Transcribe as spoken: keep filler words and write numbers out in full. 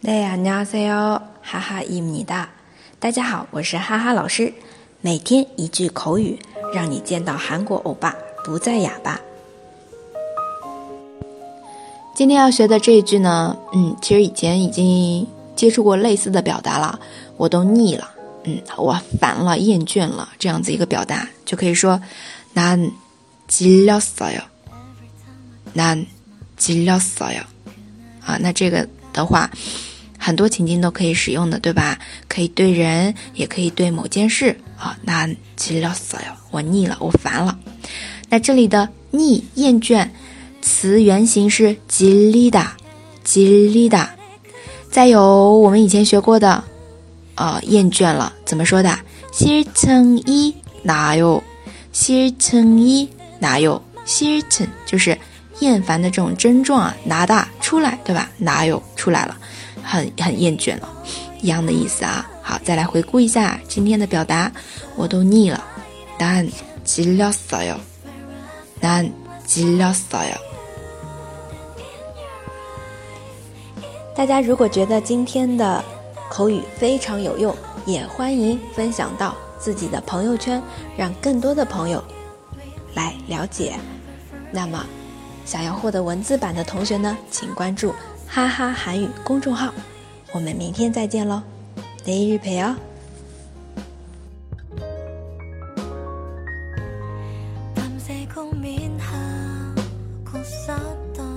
네, 안녕하세요. 하하입니다. 大家好，我是哈哈老师。每天一句口语，让你见到韩国欧巴不再哑巴。今天要学的这一句呢，嗯，其实以前已经接触过类似的表达了，我都腻了，嗯，我烦了，厌倦了，这样子一个表达，就可以说난 질렸어요。난 질렸어요。啊，那这个的话，很多情境都可以使用的，对吧？可以对人，也可以对某件事啊。난 질렸어요，我腻了，我烦了。那这里的腻、厌倦，词原形是질리다，질리다。再有我们以前学过的，呃，厌倦了怎么说的？싫증이 나요，싫증이 나요，싫증就是厌烦的这种症状啊，拿大出来，对吧？哪有出来了，很很厌倦了，一样的意思啊。好，再来回顾一下今天的表达，我都腻了。난 질렸어요，난 질렸어요。大家如果觉得今天的口语非常有用，也欢迎分享到自己的朋友圈，让更多的朋友来了解。那么想要获得文字版的同学呢，请关注哈哈韩语公众号。我们明天再见咯，내일 봬요。밤새 고민하고 썼던